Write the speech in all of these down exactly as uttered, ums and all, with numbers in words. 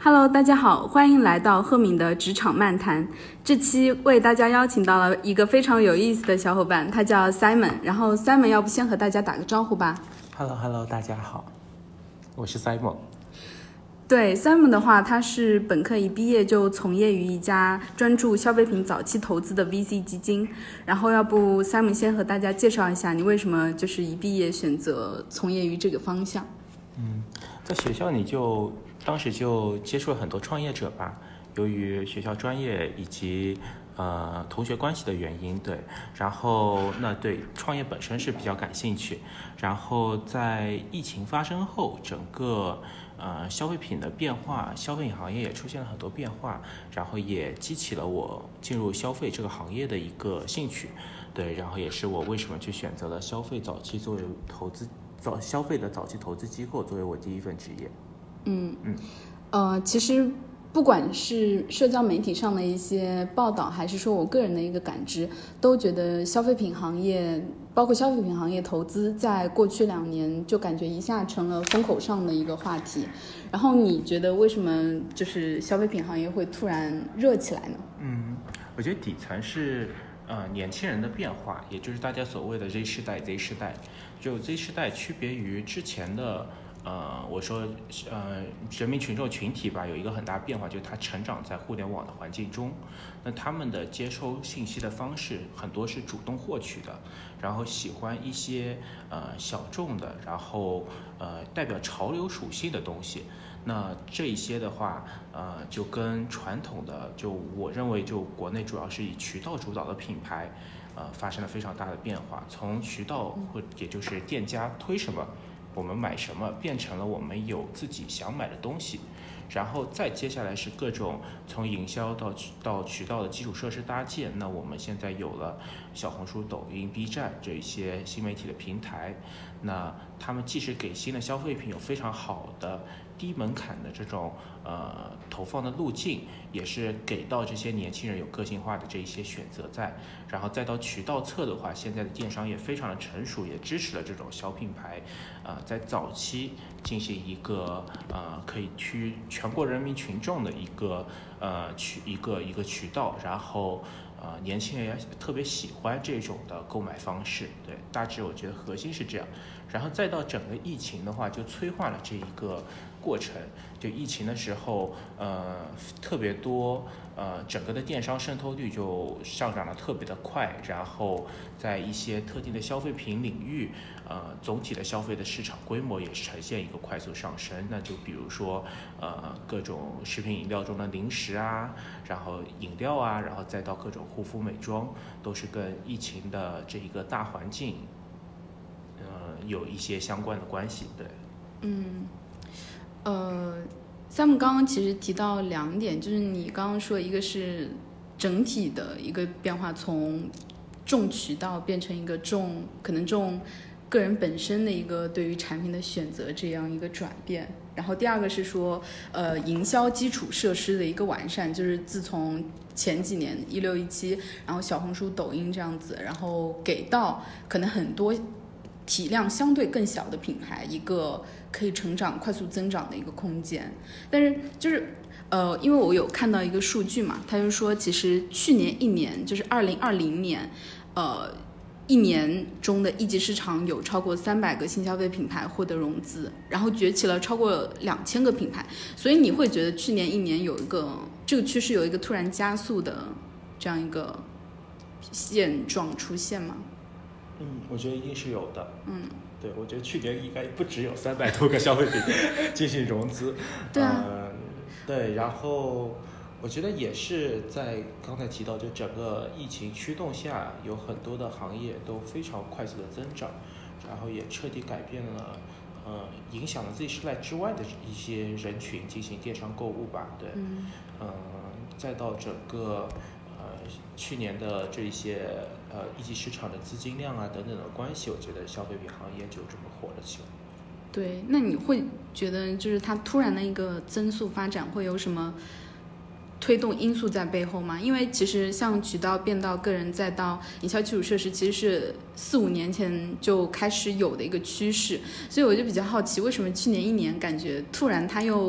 Hello， 大家好，欢迎来到赫敏的职场漫谈。这期为大家邀请到了一个非常有意思的小伙伴，他叫 Simon。然后 Simon， 要不先和大家打个招呼吧 ？Hello Hello， 大家好，我是 Simon。 对 Simon 的话，他是本科一毕业就从业于一家专注消费品早期投资的 V C 基金。然后要不 Simon 先和大家介绍一下，你为什么就是一毕业选择从业于这个方向？ 嗯，在学校你就当时就接触了很多创业者吧，由于学校专业以及呃同学关系的原因，对，然后那对创业本身是比较感兴趣，然后在疫情发生后，整个呃消费品的变化，消费品行业也出现了很多变化，然后也激起了我进入消费这个行业的一个兴趣，对，然后也是我为什么去选择了消费早期作为投资早消费的早期投资机构作为我第一份职业。 嗯嗯，呃，其实不管是社交媒体上的一些报道，还是说我个人的一个感知，都觉得消费品行业，包括消费品行业投资，在过去两年就感觉一下成了风口上的一个话题。然后你觉得为什么就是消费品行业会突然热起来呢？ 嗯，我觉得底层是呃年轻人的变化，也就是大家所谓的 Z 世代 Z 世代，就 Z 世代区别于之前的。呃，我说，呃，人民群众群体吧，有一个很大变化，就是他成长在互联网的环境中，那他们的接收信息的方式很多是主动获取的，然后喜欢一些呃小众的，然后呃代表潮流属性的东西。那这一些的话，呃，就跟传统的，就我认为，就国内主要是以渠道主导的品牌，呃，发生了非常大的变化，从渠道或也就是店家推什么。我们买什么变成了我们有自己想买的东西，然后再接下来是各种从营销到到渠道的基础设施搭建。那我们现在有了小红书、抖音、B 站这一些新媒体的平台，那他们既是给新的消费品有非常好的低门槛的这种呃投放的路径，也是给到这些年轻人有个性化的这一些选择在，然后再到渠道侧的话，现在的电商也非常的成熟，也支持了这种小品牌，呃，在早期进行一个呃可以去全国人民群众的一个呃渠一个一个渠道，然后呃年轻人也特别喜欢这种的购买方式，对，大致我觉得核心是这样，然后再到整个疫情的话，就催化了这一个过程。就疫情的时候，呃，特别多，呃，整个的电商渗透率就上涨得特别的快，然后在一些特定的消费品领域，呃，总体的消费的市场规模也是呈现一个快速上升。那就比如说，呃，各种食品饮料中的零食啊，然后饮料啊，然后再到各种护肤美妆，都是跟疫情的这一个大环境，呃，有一些相关的关系。对， 嗯。呃，Sam 刚刚其实提到两点，就是你刚刚说一个是整体的一个变化，从重渠道变成一个重可能重个人本身的一个对于产品的选择这样一个转变。然后第二个是说，呃，营销基础设施的一个完善，就是自从前几年一六一七，然后小红书、抖音这样子，然后给到可能很多体量相对更小的品牌一个可以成长快速增长的一个空间。但是就是呃，因为我有看到一个数据嘛，他就说其实去年一年就是二零二零年呃一年中的一级市场有超过三百个新消费品牌获得融资，然后崛起了超过两千个品牌。所以你会觉得去年一年有一个这个趋势有一个突然加速的这样一个现状出现吗？ 嗯，我觉得一定是有的。 嗯， 对，我觉得去年应该不只有三百多个消费品进行融资。 对啊、 呃，对，然后我觉得也是在刚才提到，就整个疫情驱动下，有很多的行业都非常快速的增长，然后也彻底改变了，呃，影响了 Z 世代之外的一些人群进行电商购物吧。对， 嗯， 呃，再到整个。呃，去年的这一些呃一级市场的资金量啊等等的关系，我觉得消费品行业就这么火了起来。 对，那你会觉得就是它突然的一个增速发展会有什么推动因素在背后吗？因为其实像渠道变到个人再到营销基础设施，其实是四五年前就开始有的一个趋势，所以我就比较好奇，为什么去年一年感觉突然它又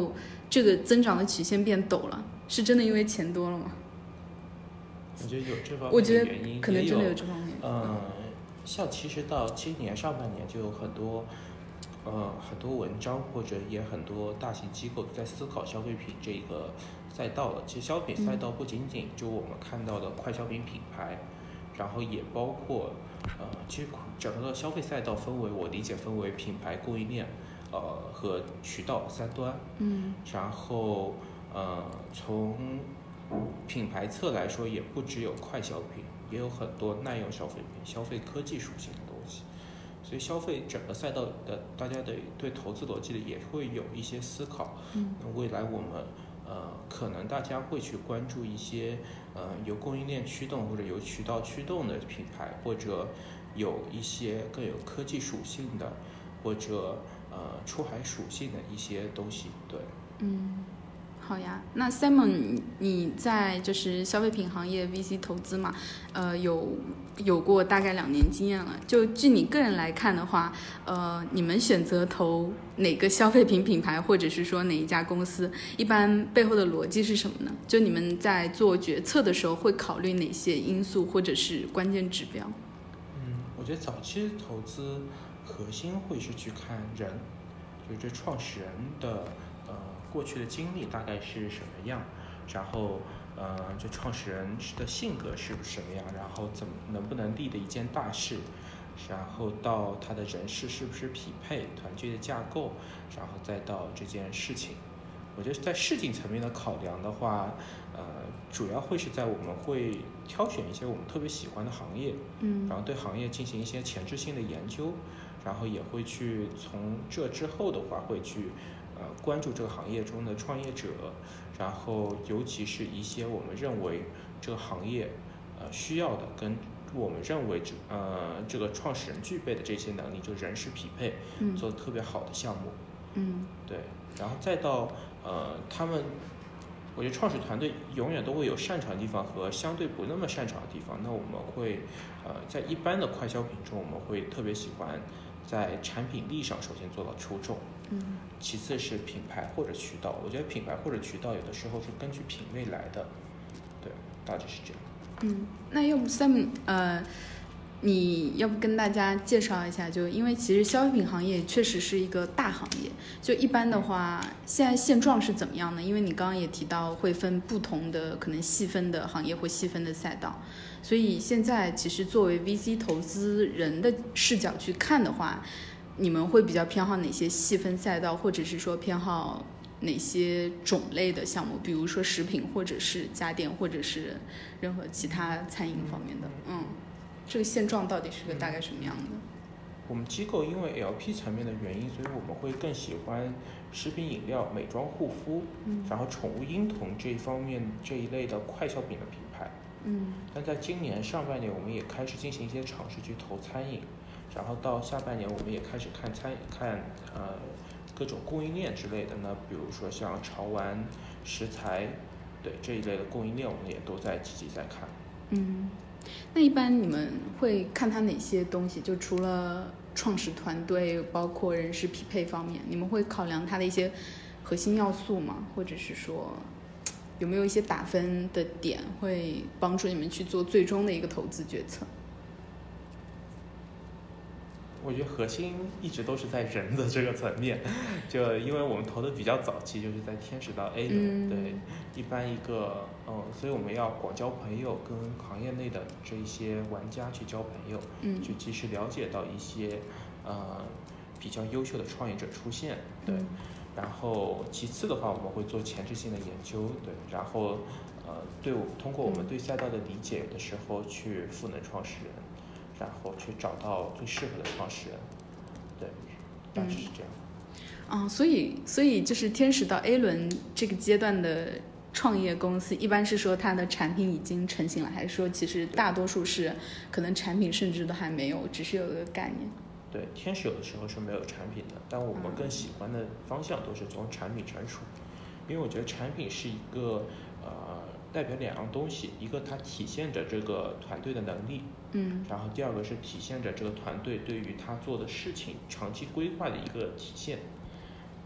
这个增长的曲线变陡了，是真的因为钱多了吗？ 我觉得有这方我觉面的原因， 得可能真的有有这方面。 嗯，像其实到今年上半年就有很多，呃，很多文章或者也很多大型机构在思考消费品这个赛道了。其实消费品赛道不仅仅就我们看到的快消品品牌，然后也包括，呃，其实整个消费赛道分为我理解分为品牌、供应链，呃和渠道三端。 嗯， 然后呃从品牌侧来说，也不只有快消品，也有很多耐用消费品、消费科技属性的东西。所以消费整个赛道的大家的对投资逻辑的也会有一些思考。 嗯， 那未来我们呃可能大家会去关注一些呃由供应链驱动或者由渠道驱动的品牌，或者有一些更有科技属性的，或者呃出海属性的一些东西。对， 嗯。好呀，那 Simon， 你在就是消费品行业 V C 投资嘛，呃，有有过大概两年经验了。就据你个人来看的话，呃，你们选择投哪个消费品品牌，或者是说哪一家公司，一般背后的逻辑是什么呢？就你们在做决策的时候会考虑哪些因素或者是关键指标？ 嗯，我觉得早期投资核心会是去看人，就是这创始人的呃过去的经历大概是什么样，然后呃这创始人的性格是什么样，然后怎么能不能立的一件大事，然后到他的人事是不是匹配，团队的架构，然后再到这件事情。我觉得在事情层面的考量的话，呃，主要会是在我们会挑选一些我们特别喜欢的行业， 嗯， 然后对行业进行一些前置性的研究，然后也会去从这之后的话会去呃关注这个行业中的创业者，然后尤其是一些我们认为这个行业呃需要的跟我们认为这呃这个创始人具备的这些能力，就人事匹配， 嗯， 做得特别好的项目。 嗯， 对，然后再到呃他们，我觉得创始团队永远都会有擅长的地方和相对不那么擅长的地方。那我们会呃在一般的快消品中，我们会特别喜欢在产品力上首先做到出众， 嗯， 其次是品牌或者渠道。我觉得品牌或者渠道有的时候是根据品类来的，对，大致是这样。 嗯，那要不 Sam 呃。你要不跟大家介绍一下，就因为其实消费品行业确实是一个大行业，就一般的话，现在现状是怎么样呢？因为你刚刚也提到会分不同的可能细分的行业或细分的赛道，所以现在其实作为 V C 投资人的视角去看的话，你们会比较偏好哪些细分赛道，或者是说偏好哪些种类的项目，比如说食品或者是家电或者是任何其他餐饮方面的，嗯。这个现状到底是个大概什么样的？ 我们机构因为 L P 层面的原因，所以我们会更喜欢食品饮料、美妆护肤， 嗯， 然后宠物婴童这一方面这一类的快消品的品牌。 嗯， 但在今年上半年，我们也开始进行一些尝试去投餐饮，然后到下半年，我们也开始看餐看呃各种供应链之类的呢，比如说像潮玩、食材，对这一类的供应链，我们也都在积极在看。 嗯。那一般你们会看它哪些东西？就除了创始团队，包括人事匹配方面，你们会考量它的一些核心要素吗？或者是说，有没有一些打分的点会帮助你们去做最终的一个投资决策？ 我觉得核心一直都是在人的这个层面，就因为我们投的比较早期，就是在天使到 A 轮， 嗯， 对，一般一个，嗯，所以我们要广交朋友，跟行业内的这一些玩家去交朋友， 嗯， 去及时了解到一些，呃，比较优秀的创业者出现，对， 嗯， 然后其次的话，我们会做前置性的研究，对，然后，呃，对，通过我们对赛道的理解，有的时候去赋能创始人。然后去找到最适合的创始人，对，大致是这样。 嗯，啊，所以所以就是天使到 A 轮这个阶段的创业公司，一般是说它的产品已经成型了，还是说其实大多数是可能产品甚至都还没有，只是有一个概念？ 对，天使有的时候是没有产品的，但我们更喜欢的方向都是从产品成熟，因为我觉得产品是一个呃代表两样东西，一个它体现着这个团队的能力。 嗯， 然后第二个是体现着这个团队对于他做的事情长期规划的一个体现。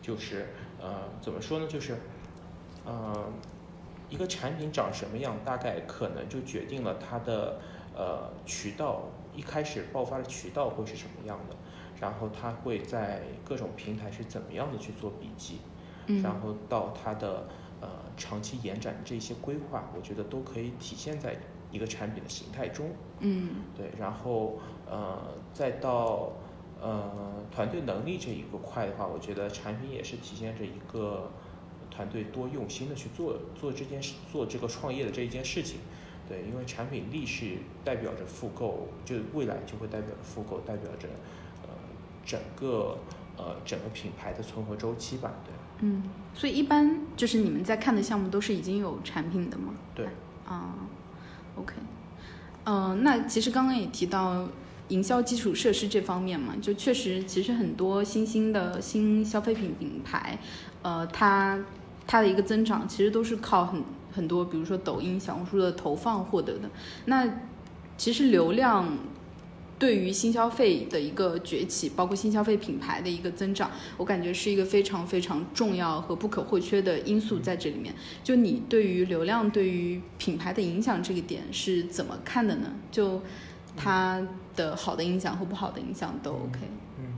就是呃怎么说呢，就是呃一个产品长什么样，大概可能就决定了它的呃渠道一开始爆发的渠道会是什么样的，然后它会在各种平台是怎么样的去做笔记， 嗯， 然后到它的呃长期延展这些规划，我觉得都可以体现在一个产品的形态中。 嗯， 对，然后呃再到呃团队能力这一个块的话，我觉得产品也是体现着一个团队多用心的去做做这件事，做这个创业的这一件事情。对，因为产品力是代表着复购，就未来就会代表着复购，代表着呃整个呃整个品牌的存活周期吧。对， 嗯，所以一般就是你们在看的项目都是已经有产品的吗？ 对， 啊，OK，嗯、呃，那其实刚刚也提到营销基础设施这方面嘛，就确实其实很多新兴的新消费品品牌，呃，它它的一个增长其实都是靠很很多，比如说抖音、小红书的投放获得的。那其实流量对于新消费的一个崛起，包括新消费品牌的一个增长，我感觉是一个非常非常重要和不可或缺的因素在这里面。就你对于流量对于品牌的影响这个点是怎么看的呢？就它的好的影响和不好的影响都 OK。 嗯，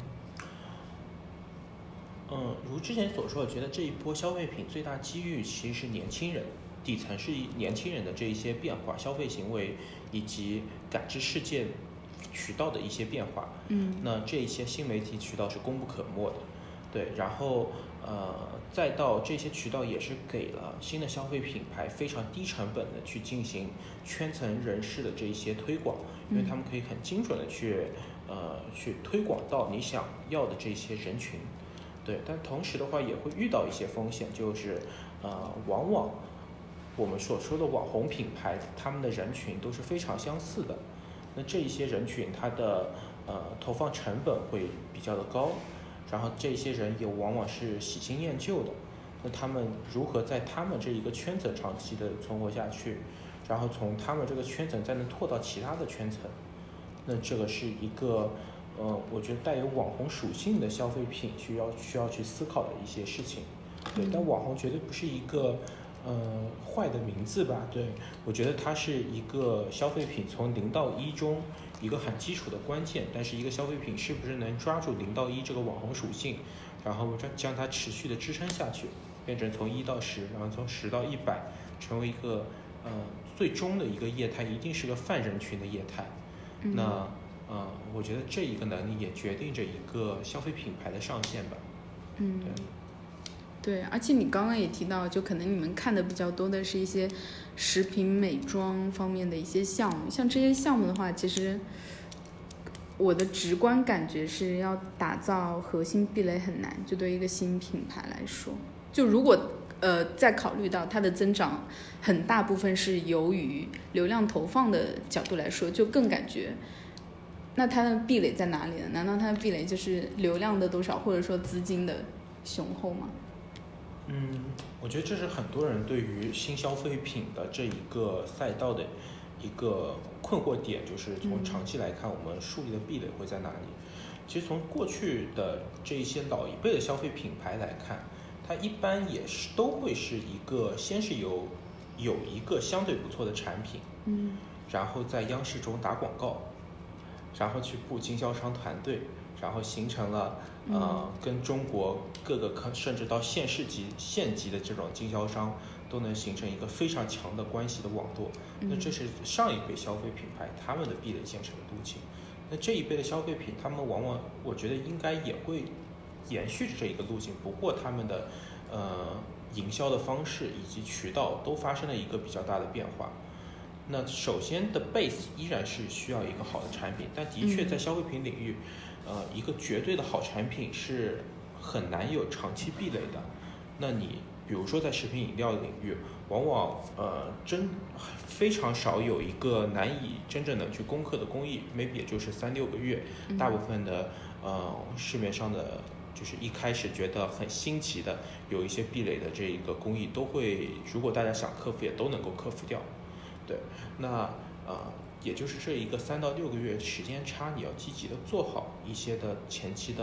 嗯，如之前所说，我觉得这一波消费品最大机遇其实是年轻人，底层是年轻人的这一些变化、消费行为以及感知世界渠道的一些变化。 嗯， 那这一些新媒体渠道是功不可没的。对，然后呃，再到这些渠道也是给了新的消费品牌非常低成本的去进行圈层人士的这一些推广，因为他们可以很精准的去呃去推广到你想要的这些人群。对，但同时的话也会遇到一些风险，就是呃，往往我们所说的网红品牌，他们的人群都是非常相似的。那这一些人群，他的呃投放成本会比较的高，然后这些人也往往是喜新厌旧的。那他们如何在他们这一个圈层长期的存活下去，然后从他们这个圈层再能拓到其他的圈层，那这个是一个。呃，我觉得带有网红属性的消费品需要需要去思考的一些事情，对，但网红绝对不是一个呃坏的名字吧？对，我觉得它是一个消费品从零到一中一个很基础的关键，但是一个消费品是不是能抓住零到一这个网红属性，然后将它持续的支撑下去，变成从一到十，然后从十到一百，成为一个呃最终的一个业态，一定是个泛人群的业态， 嗯、 那。呃，我觉得这一个能力也决定着一个消费品牌的上限吧。 嗯，对，对，而且你刚刚也提到，就可能你们看的比较多的是一些食品美妆方面的一些项目，像这些项目的话，其实我的直观感觉是要打造核心壁垒很难，就对一个新品牌来说，就如果呃再考虑到它的增长很大部分是由于流量投放的角度来说，就更感觉。那它的壁垒在哪里呢？难道它的壁垒就是流量的多少，或者说资金的雄厚吗？ 嗯，我觉得这是很多人对于新消费品的这一个赛道的一个困惑点，就是从长期来看，我们树立的壁垒会在哪里？其实从过去的这一些老一辈的消费品牌来看，它一般也是都会是一个先是有有一个相对不错的产品， 嗯， 然后在央视中打广告。然后去布经销商团队，然后形成了呃跟中国各个甚至到县市级、县级的这种经销商都能形成一个非常强的关系的网络。那这是上一辈消费品牌他们的壁垒建设的路径。那这一辈的消费品，他们往往我觉得应该也会延续着这一个路径，不过他们的呃营销的方式以及渠道都发生了一个比较大的变化。那首先的 base 依然是需要一个好的产品，但的确在消费品领域，呃，一个绝对的好产品是很难有长期壁垒的。那你比如说在食品饮料领域，往往呃真非常少有一个难以真正的去攻克的工艺 ，maybe 也就是三六个月，大部分的呃市面上的就是一开始觉得很新奇的有一些壁垒的这一个工艺，都会如果大家想克服也都能够克服掉。对，那呃，也就是这一个三到六个月时间差，你要积极的做好一些的前期的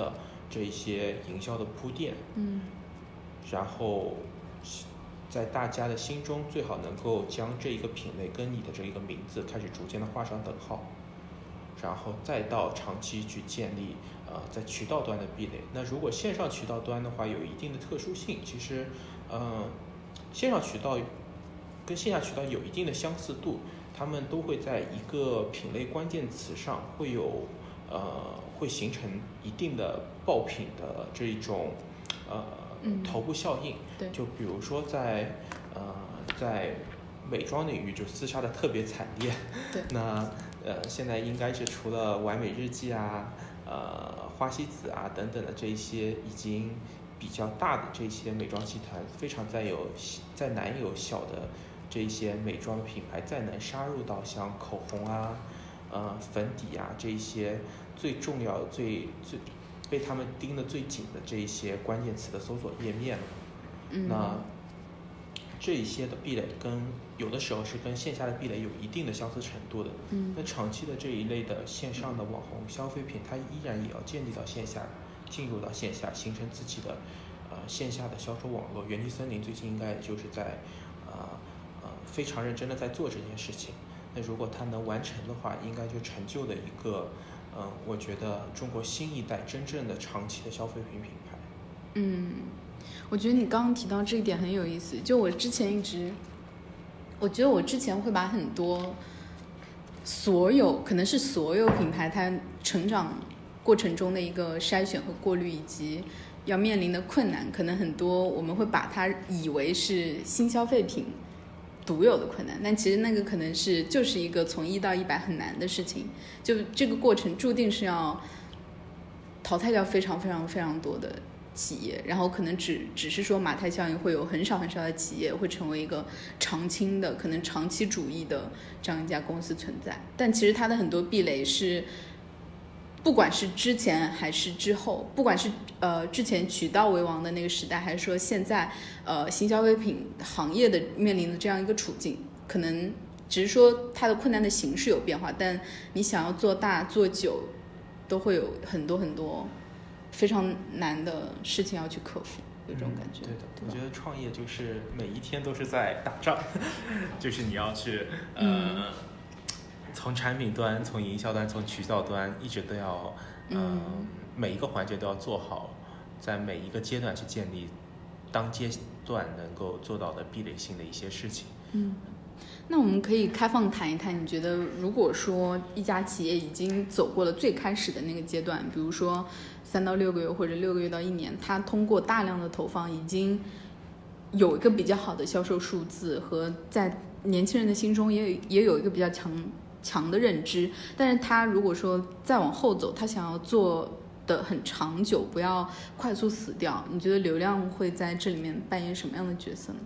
这些营销的铺垫， 嗯， 然后在大家的心中最好能够将这一个品类跟你的这一个名字开始逐渐的画上等号，然后再到长期去建立呃在渠道端的壁垒。那如果线上渠道端的话有一定的特殊性，其实呃线上渠道跟线下渠道有一定的相似度，他们都会在一个品类关键词上会有呃会形成一定的爆品的这一种呃头部效应。 对， 就比如说在呃在美妆领域就厮杀的特别惨烈。 对， 那呃现在应该是除了完美日记啊、呃花西子啊等等的这一些已经比较大的这些美妆集团，非常再有再难有小的这一些美妆品牌再能杀入到像口红啊、呃粉底啊这一些最重要、最最被他们盯得最紧的这一些关键词的搜索页面了。 嗯， 那这一些的壁垒跟有的时候是跟线下的壁垒有一定的相似程度的。 嗯， 那长期的这一类的线上的网红消费品，它依然也要建立到线下，进入到线下，形成自己的呃线下的销售网络。元气森林最近应该就是在呃呃非常认真的在做这件事情。那如果它能完成的话，应该就成就了一个嗯、呃，我觉得中国新一代真正的长期的消费品品牌。 嗯，我觉得你刚刚提到这一点很有意思。就我之前一直，我觉得我之前会把很多所有可能是所有品牌它成长过程中的一个筛选和过滤，以及要面临的困难，可能很多我们会把它以为是新消费品独有的困难，但其实那个可能是就是一个从一到一百很难的事情。就这个过程注定是要淘汰掉非常非常非常多的企业，然后可能只只是说马太效应会有很少很少的企业会成为一个长青的可能长期主义的这样一家公司存在。但其实它的很多壁垒是不管是之前还是之后，不管是呃之前渠道为王的那个时代，还是说现在呃新消费品行业的面临的这样一个处境，可能只是说它的困难的形式有变化，但你想要做大做久都会有很多很多非常难的事情要去克服，有这种感觉。 嗯、对的， 对， 我觉得创业就是每一天都是在打仗，就是你要去呃、 嗯、 从产品端、从营销端、从渠道端，一直都要呃、嗯、每一个环节都要做好，在每一个阶段去建立当阶段能够做到的壁垒性的一些事情。 嗯。那我们可以开放谈一谈，你觉得如果说一家企业已经走过了最开始的那个阶段，比如说三到六个月或者六个月到一年，它通过大量的投放已经有一个比较好的销售数字，和在年轻人的心中也有也有一个比较强强的认知，但是他如果说再往后走，他想要做的很长久，不要快速死掉，你觉得流量会在这里面扮演什么样的角色呢？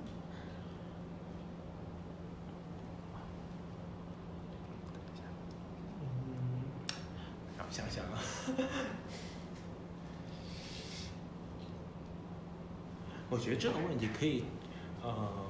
想想啊，我觉得这个问题可以，呃，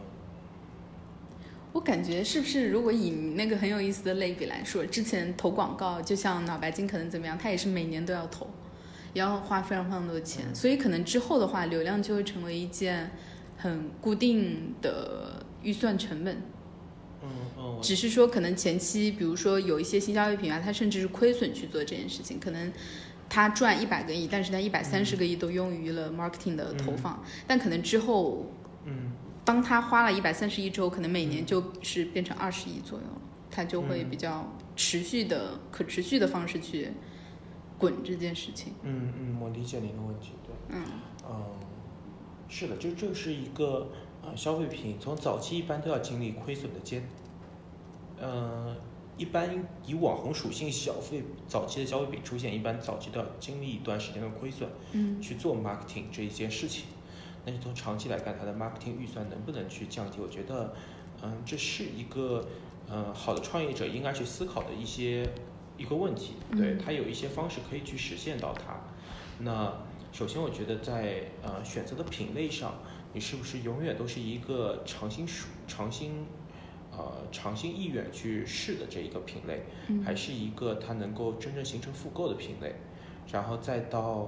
我感觉是不是如果以那个很有意思的类比来说，之前投广告，就像脑白金可能怎么样，它也是每年都要投，也要花非常非常多的钱， 嗯、 所以可能之后的话，流量就会成为一件很固定的预算成本。 嗯嗯， 只是说可能前期，比如说有一些新消费品牌，它甚至是亏损去做这件事情，可能它赚一百个亿，但是它一百三十个亿都用于了 marketing 的投放，嗯、但可能之后， 嗯， 当它花了一百三十亿之后，可能每年就是变成二十亿左右了，它就会比较持续的、嗯、可持续的方式去滚这件事情。 嗯嗯，我理解您的问题，对， 嗯嗯，是的，就这是一个。呃，消费品从早期一般都要经历亏损的阶，呃，一般以网红属性消费早期的消费品出现，一般早期都要经历一段时间的亏损， 嗯， 去做 marketing 这一件事情。但是从长期来看，它的 marketing 预算能不能去降低？我觉得，嗯、呃，这是一个呃好的创业者应该去思考的一些一个问题。对，它有一些方式可以去实现到它。那首先，我觉得在呃选择的品类上。你是不是永远都是一个尝新属尝新，呃尝新意愿去试的这一个品类， 嗯、 还是一个它能够真正形成复购的品类，然后再到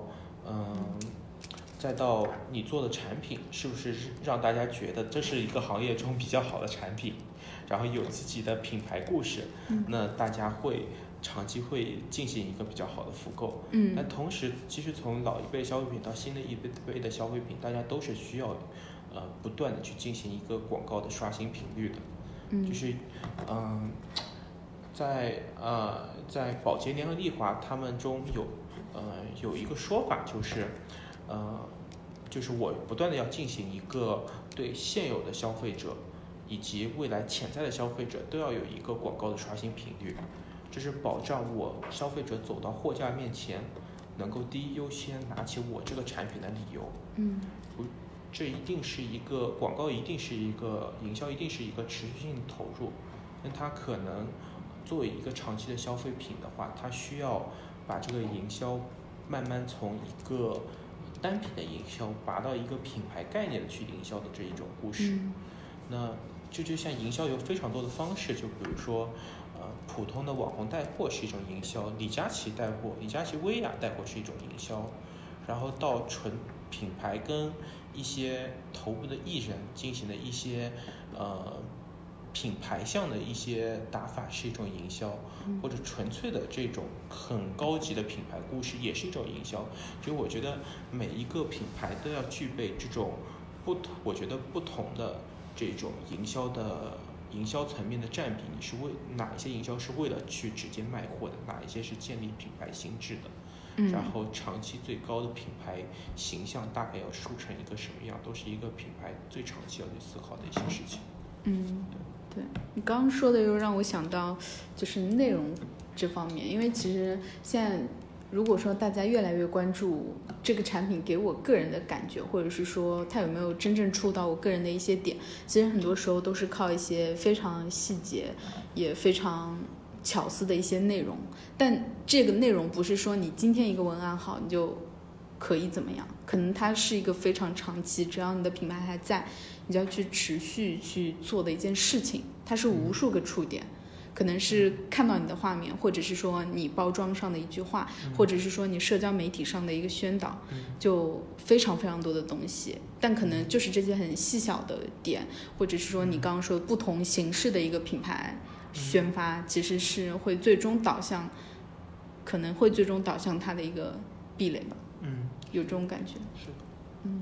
嗯，再到你做的产品是不是让大家觉得这是一个行业中比较好的产品，然后有自己的品牌故事， 嗯、 那大家会长期会进行一个比较好的复购。 嗯， 但同时，其实从老一辈消费品到新的一辈的消费品，大家都是需要呃不断的去进行一个广告的刷新频率的。 嗯， 就是嗯，在呃在宝洁联合利华他们中有呃有一个说法，就是呃就是我不断的要进行一个对现有的消费者以及未来潜在的消费者都要有一个广告的刷新频率，这是保障我消费者走到货架面前能够第一优先拿起我这个产品的理由。 嗯， 这一定是一个广告，一定是一个营销，一定是一个持续性的投入。但它可能作为一个长期的消费品的话，它需要把这个营销慢慢从一个单品的营销拔到一个品牌概念的去营销的这一种故事。 嗯、 那这就像营销有非常多的方式，就比如说呃普通的网红带货是一种营销，李佳琦带货，李佳琦薇娅带货是一种营销，然后到纯品牌跟一些头部的艺人进行的一些呃品牌项的一些打法是一种营销，或者纯粹的这种很高级的品牌故事也是一种营销。所以我觉得每一个品牌都要具备这种不同，我觉得不同的这种营销的营销层面的占比，你是为哪一些营销是为了去直接卖货的，哪一些是建立品牌心智的。 嗯、 然后长期最高的品牌形象大概要梳成一个什么样，都是一个品牌最长期要去思考的一些事情。 嗯，对，你刚刚说的又让我想到就是内容这方面，因为其实现在如果说大家越来越关注这个产品给我个人的感觉，或者是说它有没有真正触到我个人的一些点，其实很多时候都是靠一些非常细节也非常巧思的一些内容，但这个内容不是说你今天一个文案好你就可以怎么样，可能它是一个非常长期，只要你的品牌还在，你就要去持续去做的一件事情，它是无数个触点，可能是看到你的画面，或者是说你包装上的一句话，或者是说你社交媒体上的一个宣导，就非常非常多的东西，但可能就是这些很细小的点，或者是说你刚刚说的不同形式的一个品牌宣发，其实是会最终导向，可能会最终导向它的一个壁垒吧。 嗯， 有这种感觉。 是的。 嗯。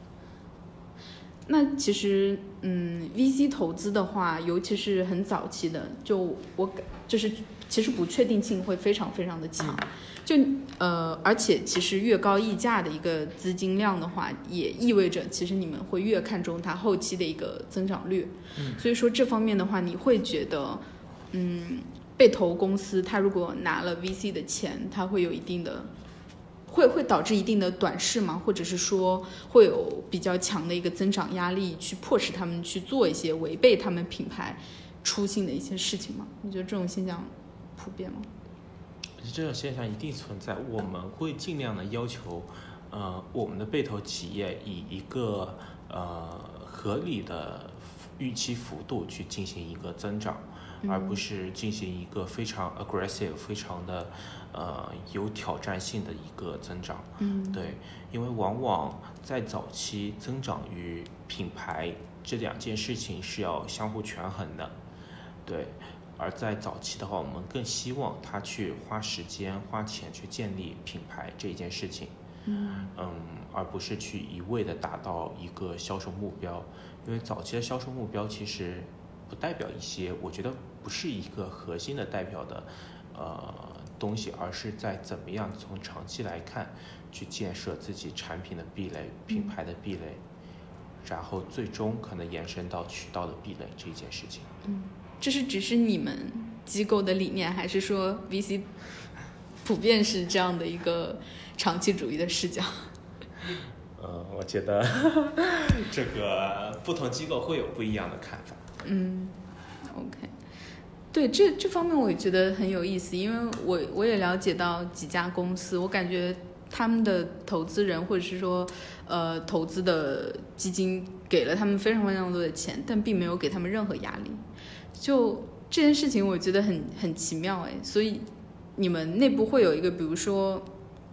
那其实，嗯 ，V C 投资的话，尤其是很早期的，就我感就是其实不确定性会非常非常的强，就呃，而且其实越高溢价的一个资金量的话，也意味着其实你们会越看重它后期的一个增长率。 嗯， 所以说这方面的话，你会觉得，嗯，被投公司它如果拿了 V C 的钱，它会有一定的。会会导致一定的短视吗？或者是说会有比较强的一个增长压力，去迫使他们去做一些违背他们品牌初心的一些事情吗？你觉得这种现象普遍吗？ 这种现象一定存在，我们会尽量的要求，呃，我们的被投企业以一个呃合理的预期幅度去进行一个增长， 嗯、 而不是进行一个非常 aggressive、非常的呃有挑战性的一个增长。 嗯， 对，因为往往在早期增长与品牌这两件事情是要相互权衡的，对。而在早期的话，我们更希望他去花时间、花钱去建立品牌这一件事情， 嗯嗯，而不是去一味的达到一个销售目标，因为早期的销售目标其实不代表一些，我觉得不是一个核心的代表的呃东西，而是在怎么样从长期来看去建设自己产品的壁垒、品牌的壁垒，然后最终可能延伸到渠道的壁垒这一件事情。 嗯。这是只是你们机构的理念，还是说 V C 普遍是这样的一个长期主义的视角？ 呃，我觉得这个不同机构会有不一样的看法。 嗯 ，OK， 对，这这方面我也觉得很有意思，因为我我也了解到几家公司，我感觉他们的投资人或者是说呃投资的基金给了他们非常非常多的钱，但并没有给他们任何压力。就这件事情我觉得很很奇妙哎，所以你们内部会有一个，比如说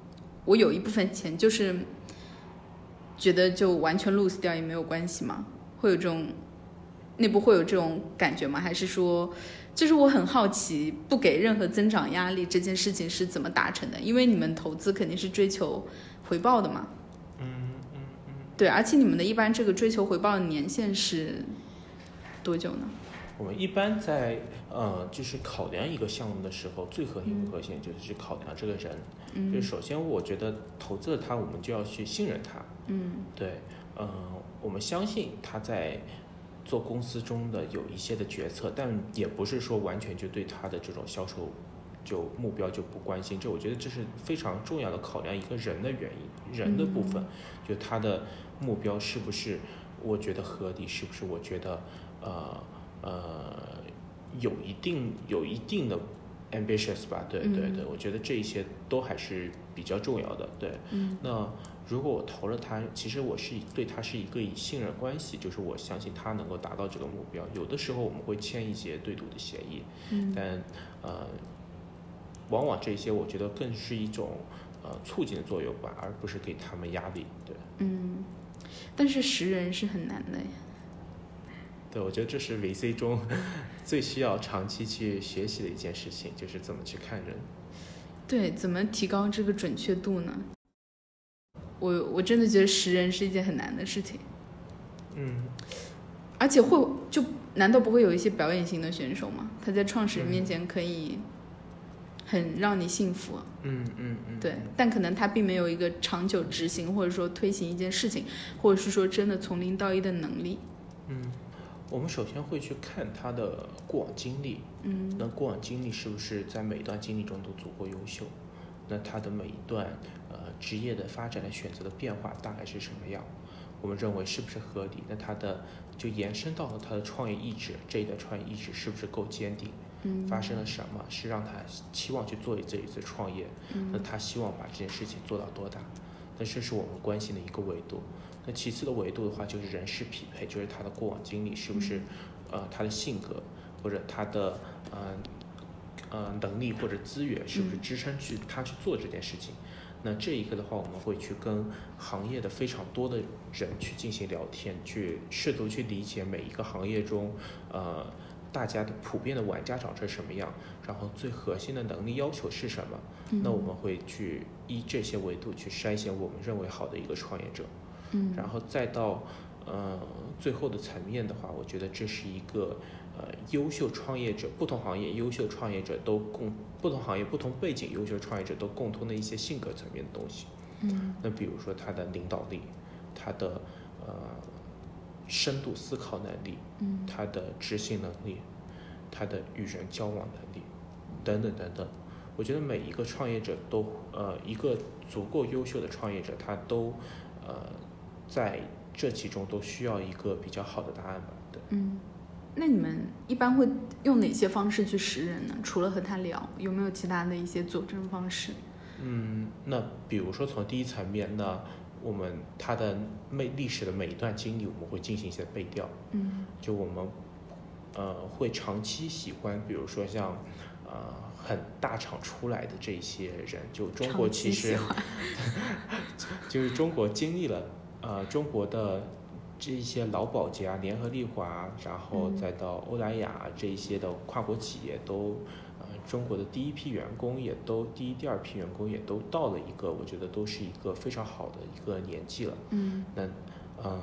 我有一部分钱就是觉得就完全 lose 掉也没有关系吗？会有这种内部会有这种感觉吗？还是说，就是我很好奇，不给任何增长压力这件事情是怎么达成的？因为你们投资肯定是追求回报的嘛。 嗯嗯嗯。 对，而且你们的一般这个追求回报的年限是多久呢？ 我们一般在呃，就是考量一个项目的时候，最核心的核心就是去考量这个人。嗯，就首先我觉得投资了他，我们就要去信任他。 嗯， 对，呃，我们相信他在做公司中的有一些的决策，但也不是说完全就对他的这种销售就目标就不关心。这我觉得这是非常重要的考量一个人的原因，人的部分，嗯、就他的目标是不是我觉得合理，是不是我觉得呃呃有一定有一定的 ambitious 吧？对对对，嗯、我觉得这一些都还是比较重要的。对，嗯、那。如果我投了他，其实我是对他是一个以信任关系，就是我相信他能够达到这个目标。有的时候我们会签一些对赌的协议，嗯、但呃，往往这些我觉得更是一种呃促进的作用吧，而不是给他们压力。对， 嗯，但是识人是很难的呀。 对，我觉得这是 V C 中最需要长期去学习的一件事情，就是怎么去看人。 对，怎么提高这个准确度呢？我我真的觉得识人是一件很难的事情， 嗯， 而且会就难道不会有一些表演型的选手吗？他在创始人面前可以很让你信服， 嗯嗯嗯， 对，但可能他并没有一个长久执行或者说推行一件事情，或者是说真的从零到一的能力。 嗯，我们首先会去看他的过往经历，嗯，那过往经历是不是在每一段经历中都足够优秀？那他的每一段呃职业的发展的选择的变化大概是什么样？我们认为是不是合理？那他的就延伸到了他的创业意志，这一段创业意志是不是够坚定？嗯，发生了什么是让他期望去做这一次创业？嗯，那他希望把这件事情做到多大？那这是我们关心的一个维度。那其次的维度的话，就是人事匹配，就是他的过往经历是不是，呃，他的性格或者他的呃。呃，能力或者资源是不是支撑去他去做这件事情？那这一个的话，我们会去跟行业的非常多的人去进行聊天，去试图去理解每一个行业中，呃，大家的普遍的玩家长成什么样，然后最核心的能力要求是什么？嗯、那我们会去依这些维度去筛选我们认为好的一个创业者，嗯，然后再到呃最后的层面的话，我觉得这是一个。呃，优秀创业者，不同行业优秀创业者都共，不同行业不同背景优秀创业者都共通的一些性格层面的东西。嗯，那比如说他的领导力，他的呃深度思考能力，嗯，他的执行能力，他的与人交往能力，等等等等。我觉得每一个创业者都，呃，一个足够优秀的创业者，他都呃在这其中都需要一个比较好的答案吧。对， 嗯。那你们一般会用哪些方式去识人呢？除了和他聊，有没有其他的一些佐证方式？ 嗯，那比如说从第一层面呢，我们他的每历史的每一段经历，我们会进行一些背调。嗯，就我们呃会长期喜欢，比如说像呃很大厂出来的这些人，就中国其实就是中国经历了呃中国的。这一些劳保洁啊、联合利华，然后再到欧莱雅这一些的跨国企业都，呃，中国的第一批员工也都第一、第二批员工也都到了一个，我觉得都是一个非常好的一个年纪了。嗯，那呃，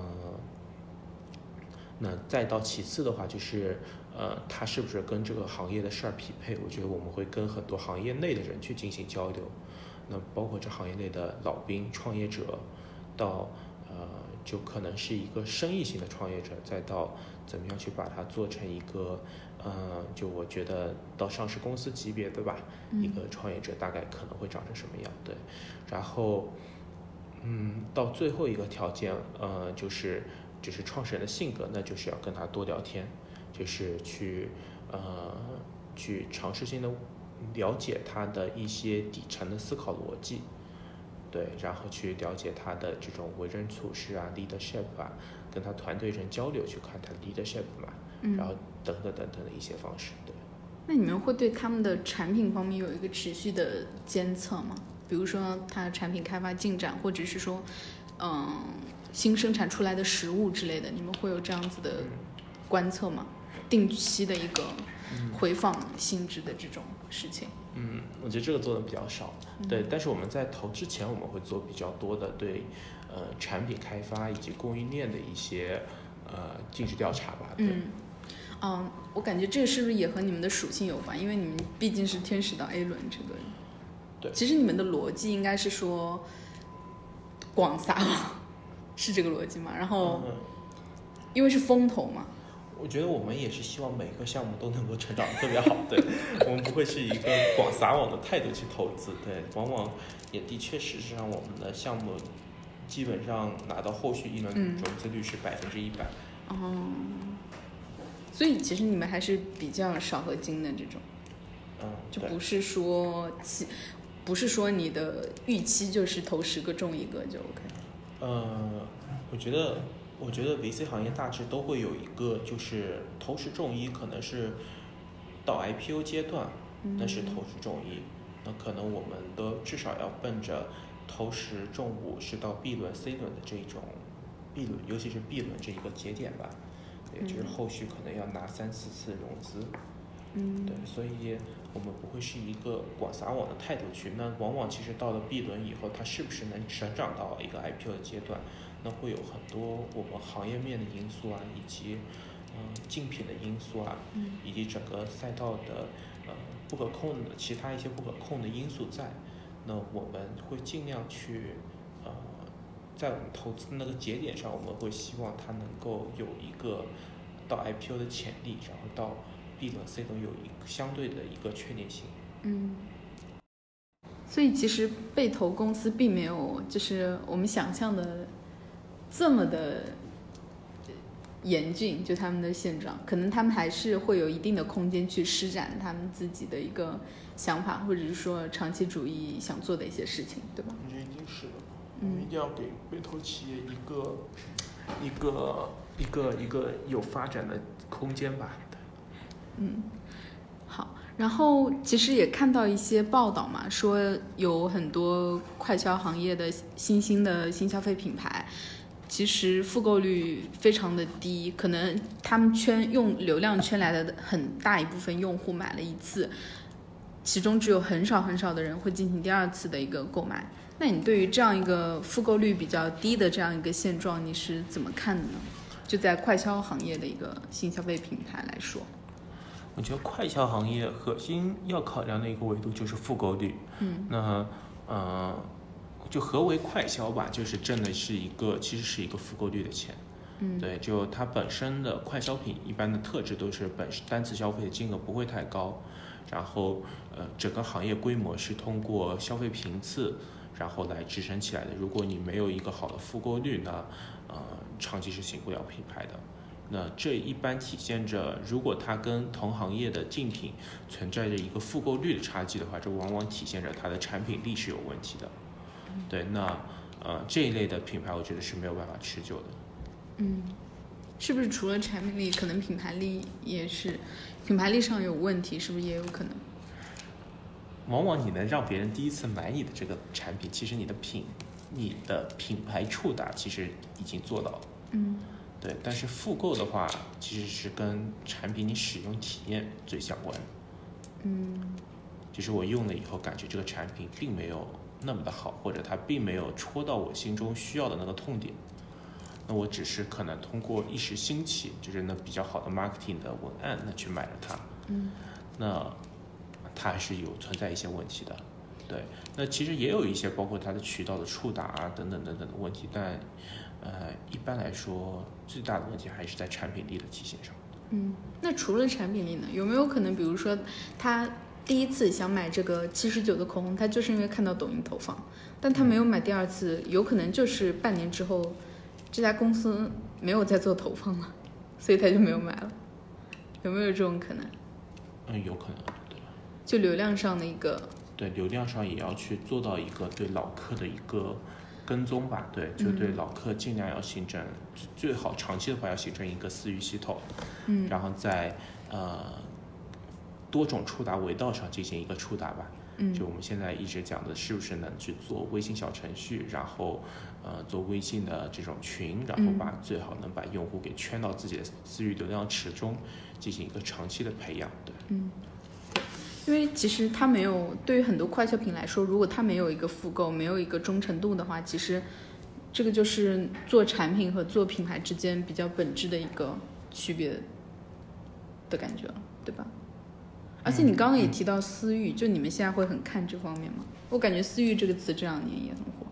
那再到其次的话，就是呃，他是不是跟这个行业的事儿匹配？我觉得我们会跟很多行业内的人去进行交流，那包括这行业内的老兵、创业者，到呃。就可能是一个生意型的创业者，再到怎么样去把它做成一个，呃，就我觉得到上市公司级别的吧，嗯、一个创业者大概可能会长成什么样？对，然后，嗯，到最后一个条件，呃，就是就是创始人的性格，那就是要跟他多聊天，就是去呃去尝试性的了解他的一些底层的思考逻辑。对，然后去了解他的这种为人处事啊 ，leadership 啊，跟他团队人交流，去看他 leadership 嘛，嗯、然后等等等等的一些方式。对。 那你们会对他们的产品方面有一个持续的监测吗？ 比如说它产品开发进展，或者是说，嗯，新生产出来的食物之类的，你们会有这样子的观测吗？定期的一个回访性质的这种事情？ 嗯，我觉得这个做的比较少，对。但是我们在投之前，我们会做比较多的对，呃，产品开发以及供应链的一些呃尽职调查吧。对。 嗯。嗯，我感觉这个是不是也和你们的属性有关？因为你们毕竟是天使到 A 轮这个。 对。 其实你们的逻辑应该是说广撒网，是这个逻辑吗？然后，因为是风投嘛。 我觉得我们也是希望每个项目都能够成长得特别好，对。我们不会是一个广撒网的态度去投资，对。往往也的确事实上我们的项目基本上拿到后续一轮融资率是百分之一百。 哦。所以其实你们还是比较少合金的这种， 嗯， 就不是说期，不是说你的预期就是投十个中一个就 OK。 呃，我觉得，我觉得 V C 行业大致都会有一个，就是投十中一，可能是到 I P O 阶段，那是投十中一，那可能我们都至少要奔着投十中五是到 B 轮、C 轮的这种 B 轮，尤其是 B 轮这一个节点吧。也就是后续可能要拿三四次融资， 嗯， 对，所以我们不会是一个广撒网的态度去。那往往其实到了 B 轮以后，它是不是能成长到一个 I P O 的阶段，那会有很多我们行业面的因素啊，以及嗯竞品的因素啊，以及整个赛道的呃不可控的其他一些不可控的因素在。那我们会尽量去呃。在我们投资的那个节点上，我们会希望它能够有一个到 I P O 的潜力，然后到 B 轮、C 轮有一个相对的一个确定性。 嗯。所以其实被投公司并没有就是我们想象的这么的严峻，就他们的现状，可能他们还是会有一定的空间去施展他们自己的一个想法，或者是说长期主义想做的一些事情，对吧？ 我觉得一定是的。我们一定要给被投企业一个、嗯、一个一个一个有发展的空间吧。 嗯，好。然后其实也看到一些报道嘛，说有很多快消行业的新兴的新消费品牌，其实复购率非常的低，可能他们圈用流量圈来的很大一部分用户买了一次，其中只有很少很少的人会进行第二次的一个购买。那你对于这样一个复购率比较低的这样一个现状，你是怎么看的呢？就在快消行业的一个新消费品牌来说， 我觉得快消行业核心要考量的一个维度就是复购率。 嗯， 那呃，就何为快消吧？就是挣的是一个，其实是一个复购率的钱。 嗯， 对，就它本身的快消品一般的特质都是本单次消费的金额不会太高，然后呃，整个行业规模是通过消费频次然后来支撑起来的。如果你没有一个好的复购率，那呃长期是行不了品牌的。那这一般体现着，如果它跟同行业的竞品存在着一个复购率的差距的话，这往往体现着它的产品力是有问题的。对，那呃这一类的品牌，我觉得是没有办法持久的。 嗯，是不是除了产品力，可能品牌力也是，品牌力上有问题，是不是也有可能？ 往往你能让别人第一次买你的这个产品，其实你的品，你的品牌触达其实已经做到了。 嗯， 对。但是复购的话，其实是跟产品你使用体验最相关的。 嗯， 就是我用了以后，感觉这个产品并没有那么的好，或者它并没有戳到我心中需要的那个痛点。那我只是可能通过一时兴起，就是那比较好的 marketing 的文案，那去买了它。 嗯， 那它还是有存在一些问题的。对，那其实也有一些包括它的渠道的触达啊等等等等的问题，但呃一般来说最大的问题还是在产品力的体现上。 嗯，那除了产品力呢，有没有可能比如说他第一次想买这个七十九的口红，他就是因为看到抖音投放，但他没有买第二次，有可能就是半年之后这家公司没有再做投放了，所以他就没有买了，有没有这种可能？ 嗯，有可能，对。 就流量上的一个， 对，流量上也要去做到一个对老客的一个跟踪吧，对，就对老客尽量要形成、嗯、最好长期的话要形成一个私域系统， 嗯， 然后在呃多种触达维道上进行一个触达吧， 嗯， 就我们现在一直讲的，是不是能去做微信小程序，然后呃做微信的这种群，然后把、 嗯、 最好能把用户给圈到自己的私域流量池中，进行一个长期的培养。对， 嗯，因为其实它没有，对于很多快消品来说，如果它没有一个复购，没有一个忠诚度的话，其实这个就是做产品和做品牌之间比较本质的一个区别的感觉了，对吧？而且你刚刚也提到私域，就你们现在会很看这方面吗？我感觉私域这个词这两年也很火。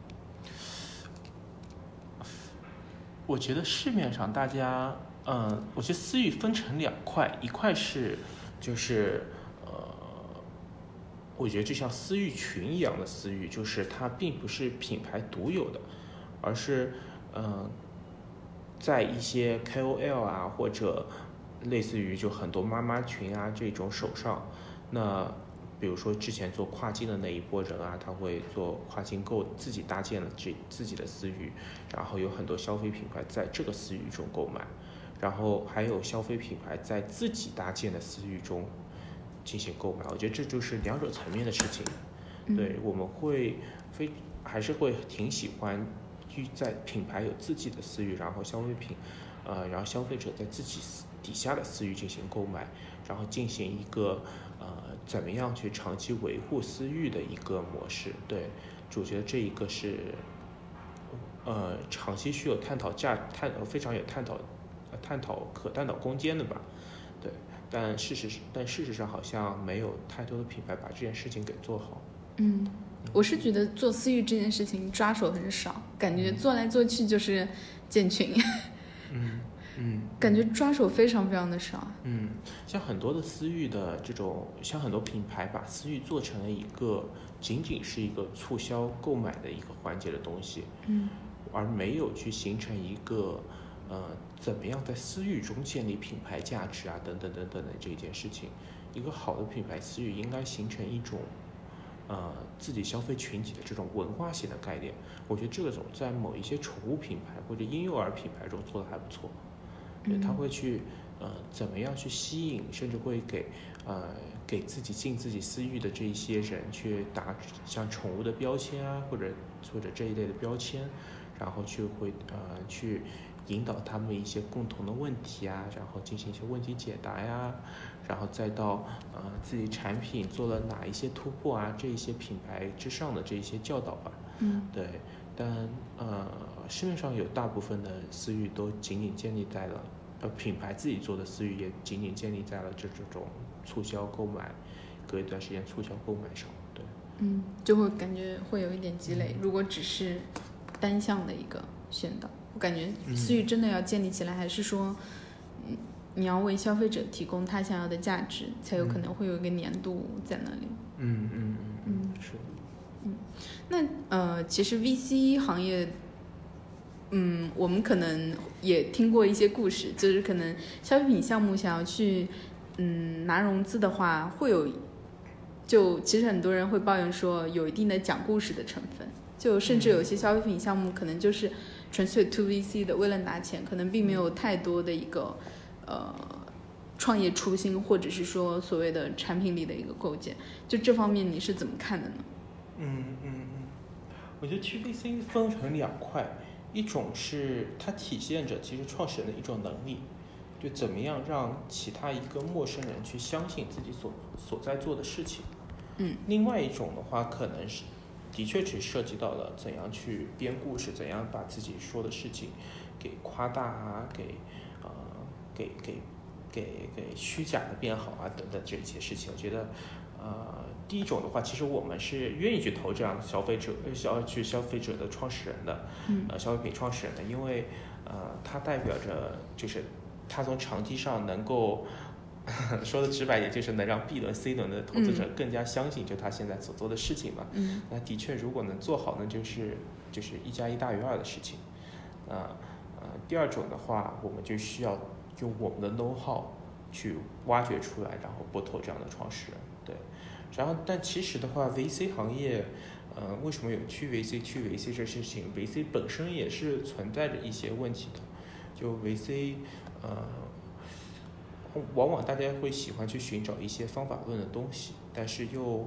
我觉得市面上大家，嗯、呃，我觉得私域分成两块，一块是就是呃，我觉得就像私域群一样的私域，就是它并不是品牌独有的，而是嗯、呃，在一些 K O L 啊或者类似于就很多妈妈群啊这种手上，那比如说之前做跨境的那一波人啊，他会做跨境购，自己搭建了这自己的私域，然后有很多消费品牌在这个私域中购买，然后还有消费品牌在自己搭建的私域中进行购买。我觉得这就是两者层面的事情。 嗯、 对，我们会非还是会挺喜欢在品牌有自己的私域，然后消费品，呃，然后消费者在自己底下的私域进行购买，然后进行一个呃怎么样去长期维护私域的一个模式。对，我觉得这一个是呃长期需要探讨价探非常有探讨探讨可探讨空间的吧。对，但事实但事实上好像没有太多的品牌把这件事情给做好。 嗯，我是觉得做私域这件事情抓手很少，感觉做来做去就是建群。 嗯嗯， 感觉抓手非常非常的少。 嗯，像很多的私域的这种，像很多品牌把私域做成了一个仅仅是一个促销购买的一个环节的东西， 嗯， 而没有去形成一个呃怎么样在私域中建立品牌价值啊等等等等的这一件事情。一个好的品牌私域应该形成一种呃自己消费群体的这种文化性的概念。我觉得这种在某一些宠物品牌或者婴幼儿品牌中做的还不错。对，他会去呃怎么样去吸引，甚至会给呃给自己进自己私域的这一些人去打像宠物的标签啊，或者或者这一类的标签，然后去会呃去引导他们一些共同的问题啊，然后进行一些问题解答呀，然后再到呃自己产品做了哪一些突破啊，这一些品牌之上的这一些教导吧。 嗯， 对，但呃市面上有大部分的私域都仅仅建立在了。呃，品牌自己做的私域也仅仅建立在了这这种促销购买，隔一段时间促销购买上，对， 嗯，就会感觉会有一点积累。如果只是单向的一个宣导，我感觉私域真的要建立起来，还是说，嗯，你要为消费者提供他想要的价值，才有可能会有一个粘度在那里。 嗯嗯嗯嗯，是的。 嗯，那呃，其实 V C 行业。嗯，我们可能也听过一些故事，就是可能消费品项目想要去嗯拿融资的话，会有就其实很多人会抱怨说有一定的讲故事的成分，就甚至有些消费品项目可能就是纯粹 to V C 的，为了拿钱，可能并没有太多的一个呃创业初心，或者是说所谓的产品力的一个构建，就这方面你是怎么看的呢？ 嗯嗯嗯，我觉得 to V C 分成两块。一种是它体现着其实创始人的一种能力，就怎么样让其他一个陌生人去相信自己所所在做的事情。 嗯， 另外一种的话，可能是的确只涉及到了怎样去编故事，怎样把自己说的事情给夸大啊，给呃给给给给虚假的变好啊等等这些事情。我觉得呃第一种的话，其实我们是愿意去投这样的消费者消去消费者的创始人的，呃消费品创始人的，因为呃它代表着就是它从长期上能够说的直白也就是能让 B 轮 C 轮的投资者更加相信就他现在所做的事情嘛。 嗯， 那的确如果能做好呢，就是就是一加一大于二的事情。呃呃第二种的话，我们就需要用我们的 know how 去挖掘出来，然后拨投这样的创始人。对，然后但其实的话 V C 行业呃为什么有去 V C 去 V C 这事情， V C 本身也是存在着一些问题的。就 V C 呃往往大家会喜欢去寻找一些方法论的东西，但是又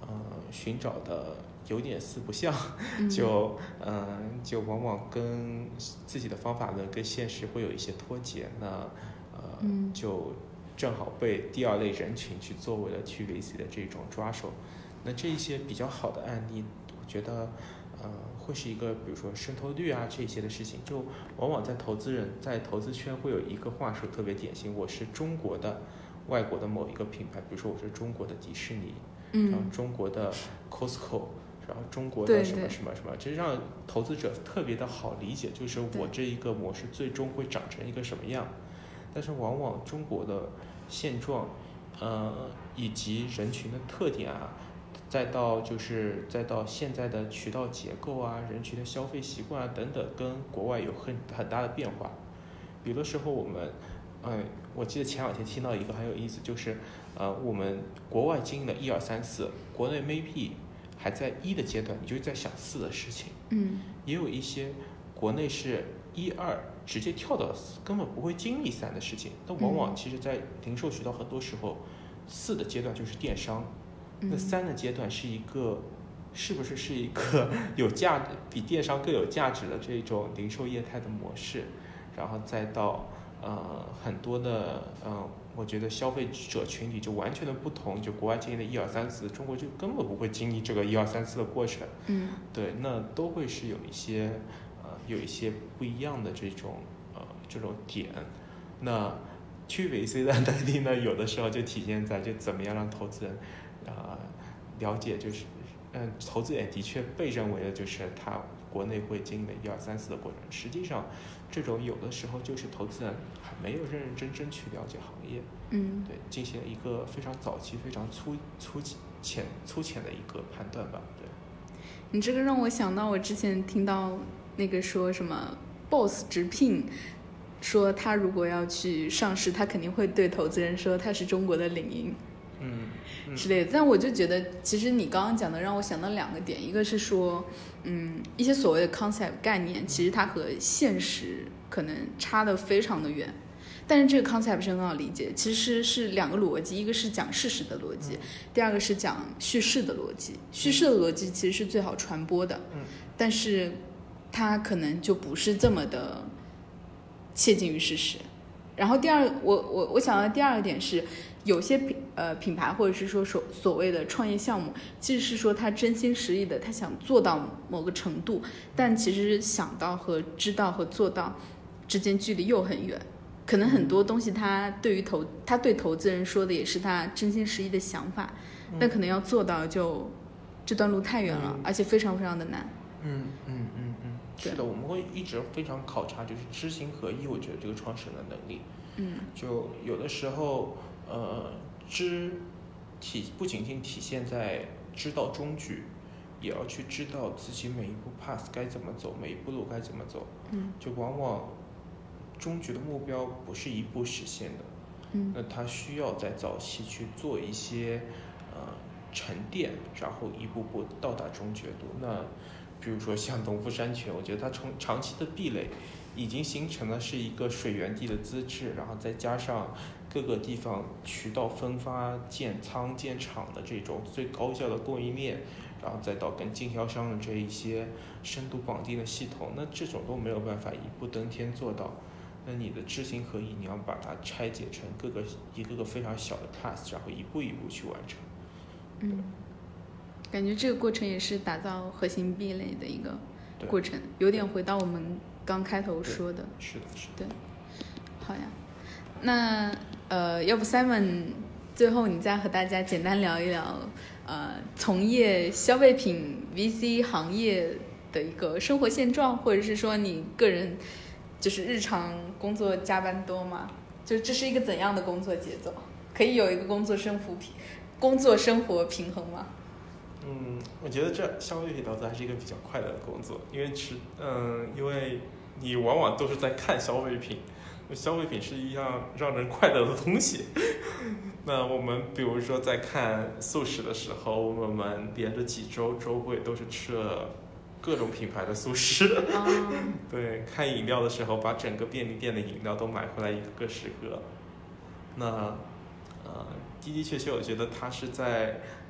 呃寻找的有点四不像， 嗯、 就嗯、呃、就往往跟自己的方法论跟现实会有一些脱节，那呃、嗯、就正好被第二类人群去作为了 Q V C 的这种抓手。那这一些比较好的案例，我觉得呃会是一个比如说渗透率啊这些的事情，就往往在投资人在投资圈会有一个话术特别典型，我是中国的外国的某一个品牌，比如说我是中国的迪士尼， 嗯， 然后中国的 Costco， 然后中国的什么什么什么，这让投资者特别的好理解，就是我这一个模式最终会长成一个什么样。但是往往中国的现状，呃，以及人群的特点啊，再到就是再到现在的渠道结构啊，人群的消费习惯啊等等，跟国外有很很大的变化。有的时候我们，嗯、呃，我记得前两天听到一个很有意思，就是呃，我们国外经营的一二三四，国内 maybe 还在一的阶段，你就在想四的事情。 嗯， 也有一些国内是一二直接跳到四，根本不会经历三的事情。那往往其实在零售渠道很多时候，四的阶段就是电商。那三的阶段是一个，是不是是一个有价值、比电商更有价值的这种零售业态的模式，然后再到呃很多的呃，我觉得消费者群体就完全的不同，就国外经营的一二三四，中国就根本不会经历这个一二三四的过程。 嗯， 对，那都会是有一些呃有一些不一样的这种呃这种点，那 Q V C 的能力呢，有的时候就体现在就怎么样让投资人。呃，了解就是，嗯，投资人的确被认为的就是他国内会经历一二三四的过程。实际上，这种有的时候就是投资人还没有认认真真去了解行业， 嗯， 对，进行一个非常早期、非常粗粗浅粗浅的一个判断吧。对， 你这个让我想到我之前听到那个说什么 boss 直聘。说他如果要去上市，他肯定会对投资人说他是中国的领英。 嗯，嗯之类的，但我就觉得，其实你刚刚讲的让我想到两个点，一个是说，嗯，一些所谓的 concept 概念，其实它和现实可能差得非常的远，但是这个 concept 是很好理解，其实是两个逻辑，一个是讲事实的逻辑，第二个是讲叙事的逻辑。叙事的逻辑其实是最好传播的，但是它可能就不是这么的切近于事实。然后第二，我我我想到的第二个点是，有些品呃品牌或者是说所所谓的创业项目，其实是说他真心实意的，他想做到某个程度，但其实想到和知道和做到之间距离又很远。可能很多东西他对于投他对投资人说的也是他真心实意的想法，但可能要做到就这段路太远了，而且非常非常的难。 嗯嗯嗯嗯，是的，我们会一直非常考察就是知行合一，我觉得这个创始人的能力。 嗯， 就有的时候，呃，知体不仅仅体现在知道终局，也要去知道自己每一步 path 该怎么走，每一步路该怎么走。 嗯， 就往往终局的目标不是一步实现的。 嗯， 那他需要在早期去做一些呃沉淀，然后一步步到达终结度。那比如说像农夫山泉，我觉得它从长期的壁垒已经形成了是一个水源地的资质，然后再加上各个地方渠道分发、建仓、建厂的这种最高效的供应链，然后再到跟经销商的这一些深度绑定的系统，那这种都没有办法一步登天做到。那你的知行合一，你要把它拆解成各个一个个非常小的 path， 然后一步一步去完成。 嗯，感觉这个过程也是打造核心壁垒的一个过程，有点回到我们刚开头说的。 是的，是的。 对，好呀。那呃，要不 Simon 最后你再和大家简单聊一聊，呃，从业消费品 V C 行业的一个生活现状，或者是说你个人就是日常工作加班多吗？就这是一个怎样的工作节奏？可以有一个工作生活平工作生活平衡吗？ 嗯，我觉得这消费品投资还是一个比较快乐的工作，因为是嗯，因为你往往都是在看消费品，消费品是一样让人快乐的东西。那我们比如说在看速食的时候，我们连着几周周会都是吃了各种品牌的速食。 哦、 对，看饮料的时候，把整个便利店的饮料都买回来一个个十个。那呃，的的确确，我觉得它是在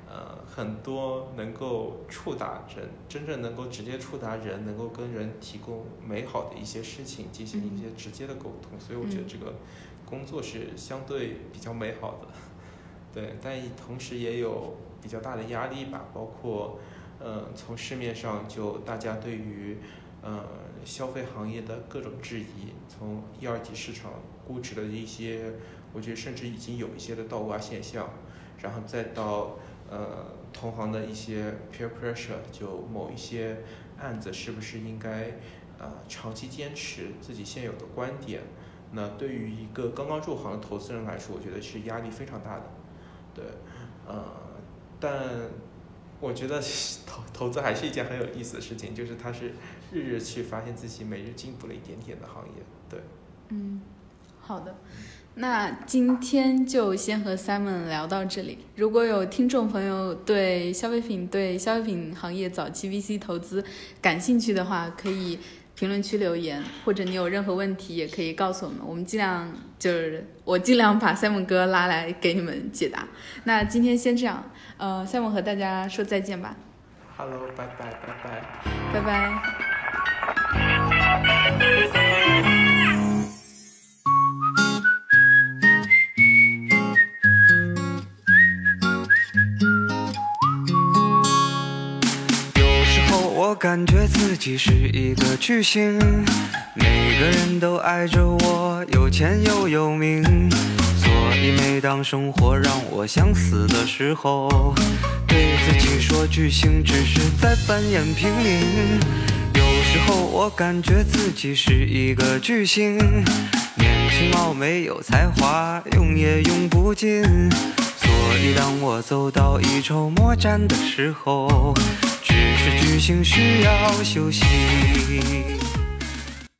呃很多能够触达人，真正能够直接触达人，能够跟人提供美好的一些事情进行一些直接的沟通，所以我觉得这个工作是相对比较美好的。对，但同时也有比较大的压力吧，包括呃从市面上就大家对于呃消费行业的各种质疑，从一二级市场估值的一些，我觉得甚至已经有一些的倒挂现象，然后再到呃同行的一些 peer pressure， 就某一些案子是不是应该啊、呃、长期坚持自己现有的观点，那对于一个刚刚入行的投资人来说，我觉得是压力非常大的。对，呃，但我觉得投投资还是一件很有意思的事情，就是它是日日去发现自己每日进步了一点点的行业。对， 嗯，好的，那今天就先和 Simon 聊到这里。如果有听众朋友对消费品、对消费品行业早期 V C 投资感兴趣的话，可以评论区留言，或者你有任何问题也可以告诉我们，我们尽量就是我尽量把 Simon 哥拉来给你们解答。那今天先这样，呃 Simon 和大家说再见吧。 Hello， 拜拜，拜拜， 拜拜。 我感觉自己是一个巨星，每个人都爱着我，有钱又有名，所以每当生活让我想死的时候，对自己说巨星只是在扮演平民。有时候我感觉自己是一个巨星，年轻貌美有才华，用也用不尽，所以当我走到一筹莫展的时候，只是巨星需要休息。